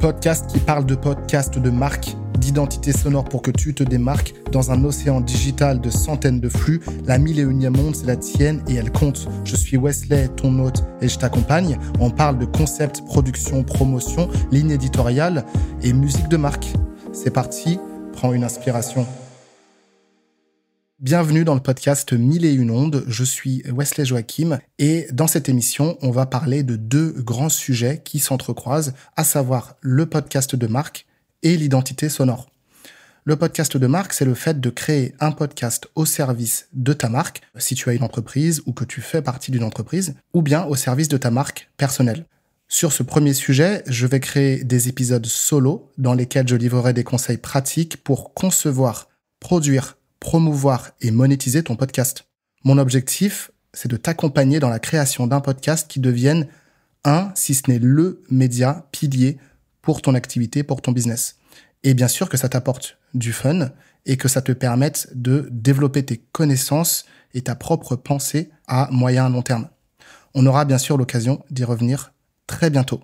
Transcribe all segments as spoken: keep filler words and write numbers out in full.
podcast qui parle de podcast, de marque, d'identité sonore pour que tu te démarques dans un océan digital de centaines de flux. La mille et unième onde, c'est la tienne et elle compte. Je suis Wesley, ton hôte, et je t'accompagne. On parle de concept, production, promotion, ligne éditoriale et musique de marque. C'est parti, prends une inspiration. Bienvenue dans le podcast mille et une ondes, je suis Wesley Joachim et dans cette émission, on va parler de deux grands sujets qui s'entrecroisent, à savoir le podcast de marque et l'identité sonore. Le podcast de marque, c'est le fait de créer un podcast au service de ta marque, si tu as une entreprise ou que tu fais partie d'une entreprise, ou bien au service de ta marque personnelle. Sur ce premier sujet, je vais créer des épisodes solo dans lesquels je livrerai des conseils pratiques pour concevoir, produire, promouvoir et monétiser ton podcast. Mon objectif, c'est de t'accompagner dans la création d'un podcast qui devienne un, si ce n'est le média pilier pour ton activité, pour ton business. Et bien sûr que ça t'apporte du fun et que ça te permette de développer tes connaissances et ta propre pensée à moyen et long terme. On aura bien sûr l'occasion d'y revenir très bientôt.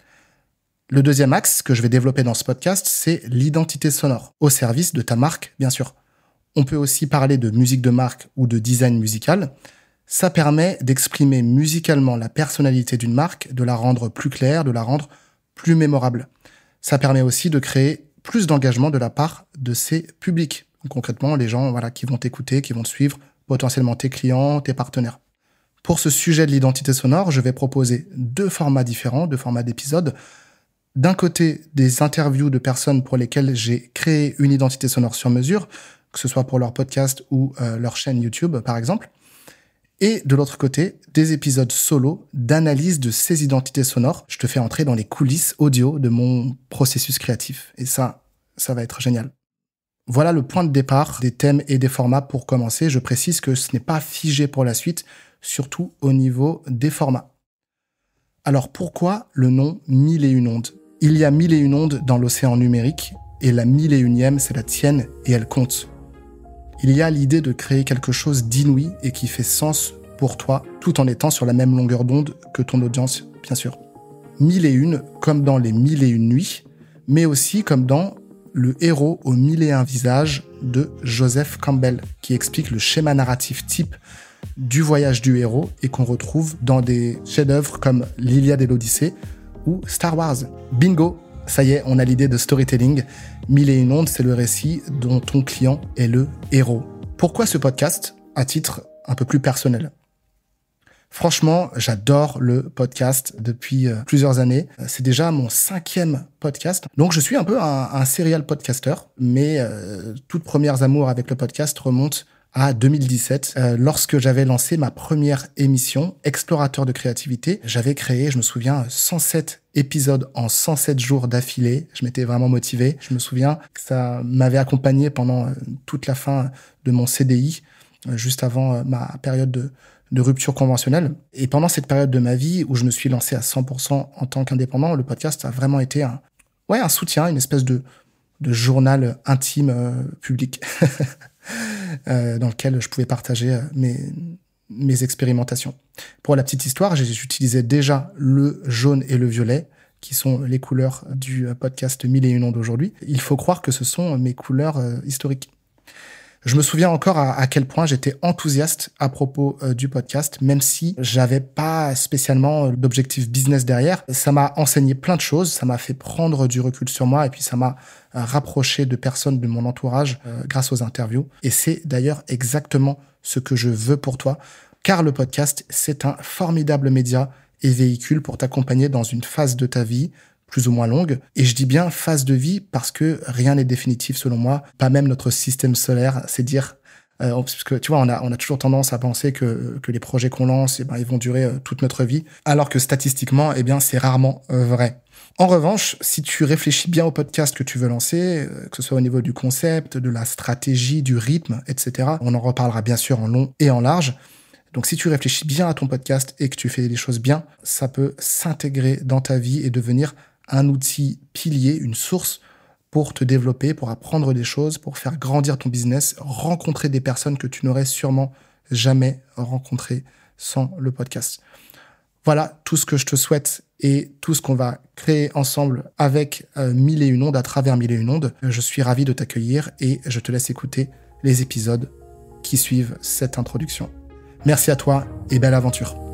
Le deuxième axe que je vais développer dans ce podcast, c'est l'identité sonore, au service de ta marque, bien sûr. On peut aussi parler de musique de marque ou de design musical. Ça permet d'exprimer musicalement la personnalité d'une marque, de la rendre plus claire, de la rendre plus mémorable. Ça permet aussi de créer plus d'engagement de la part de ses publics. Concrètement, les gens voilà, qui vont t'écouter, qui vont te suivre, potentiellement tes clients, tes partenaires. Pour ce sujet de l'identité sonore, je vais proposer deux formats différents, deux formats d'épisodes. D'un côté, des interviews de personnes pour lesquelles j'ai créé une identité sonore sur mesure, que ce soit pour leur podcast ou euh, leur chaîne YouTube, par exemple. Et de l'autre côté, des épisodes solo d'analyse de ces identités sonores. Je te fais entrer dans les coulisses audio de mon processus créatif. Et ça, ça va être génial. Voilà le point de départ des thèmes et des formats pour commencer. Je précise que ce n'est pas figé pour la suite, surtout au niveau des formats. Alors pourquoi le nom mille et une ondes ? Il y a mille et une ondes dans l'océan numérique et la mille et unième, c'est la tienne et elle compte. Il y a l'idée de créer quelque chose d'inouï et qui fait sens pour toi, tout en étant sur la même longueur d'onde que ton audience, bien sûr. Mille et une, comme dans les mille et une nuits, mais aussi comme dans Le héros aux mille et un visages de Joseph Campbell, qui explique le schéma narratif type du voyage du héros et qu'on retrouve dans des chefs-d'œuvre comme l'Iliade et l'Odyssée ou Star Wars. Bingo! Ça y est, on a l'idée de storytelling. Mille et une ondes, c'est le récit dont ton client est le héros. Pourquoi ce podcast, à titre un peu plus personnel ? Franchement, j'adore le podcast depuis euh, plusieurs années. C'est déjà mon cinquième podcast. Donc, je suis un peu un, un serial podcaster, mais euh, toutes premières amours avec le podcast remontent à deux mille dix-sept, euh, lorsque j'avais lancé ma première émission, Explorateur de créativité. J'avais créé, je me souviens, cent sept épisodes en cent sept jours d'affilée. Je m'étais vraiment motivé. Je me souviens que ça m'avait accompagné pendant euh, toute la fin de mon C D I, euh, juste avant euh, ma période de, de rupture conventionnelle. Et pendant cette période de ma vie où je me suis lancé à cent pour cent en tant qu'indépendant, le podcast a vraiment été un, ouais, un soutien, une espèce de, de journal intime euh, public. Euh, dans lequel je pouvais partager euh, mes, mes expérimentations. Pour la petite histoire, j'utilisais déjà le jaune et le violet, qui sont les couleurs du podcast mille et une ondes d'aujourd'hui. Il faut croire que ce sont mes couleurs euh, historiques. Je me souviens encore à, à quel point j'étais enthousiaste à propos euh, du podcast, même si j'avais pas spécialement d'objectif business derrière. Ça m'a enseigné plein de choses, ça m'a fait prendre du recul sur moi et puis ça m'a euh, rapproché de personnes de mon entourage euh, grâce aux interviews. Et c'est d'ailleurs exactement ce que je veux pour toi, car le podcast, c'est un formidable média et véhicule pour t'accompagner dans une phase de ta vie plus ou moins longue. Et je dis bien phase de vie parce que rien n'est définitif selon moi, pas même notre système solaire. C'est dire, euh, parce que tu vois, on a, on a toujours tendance à penser que, que les projets qu'on lance, eh ben, ils vont durer euh, toute notre vie, alors que statistiquement, eh bien, c'est rarement euh, vrai. En revanche, si tu réfléchis bien au podcast que tu veux lancer, euh, que ce soit au niveau du concept, de la stratégie, du rythme, et cetera, on en reparlera bien sûr en long et en large. Donc, si tu réfléchis bien à ton podcast et que tu fais les choses bien, ça peut s'intégrer dans ta vie et devenir un outil pilier, une source pour te développer, pour apprendre des choses, pour faire grandir ton business, rencontrer des personnes que tu n'aurais sûrement jamais rencontrées sans le podcast. Voilà tout ce que je te souhaite et tout ce qu'on va créer ensemble avec euh, Mille et une ondes, à travers Mille et une ondes. Je suis ravi de t'accueillir et je te laisse écouter les épisodes qui suivent cette introduction. Merci à toi et belle aventure.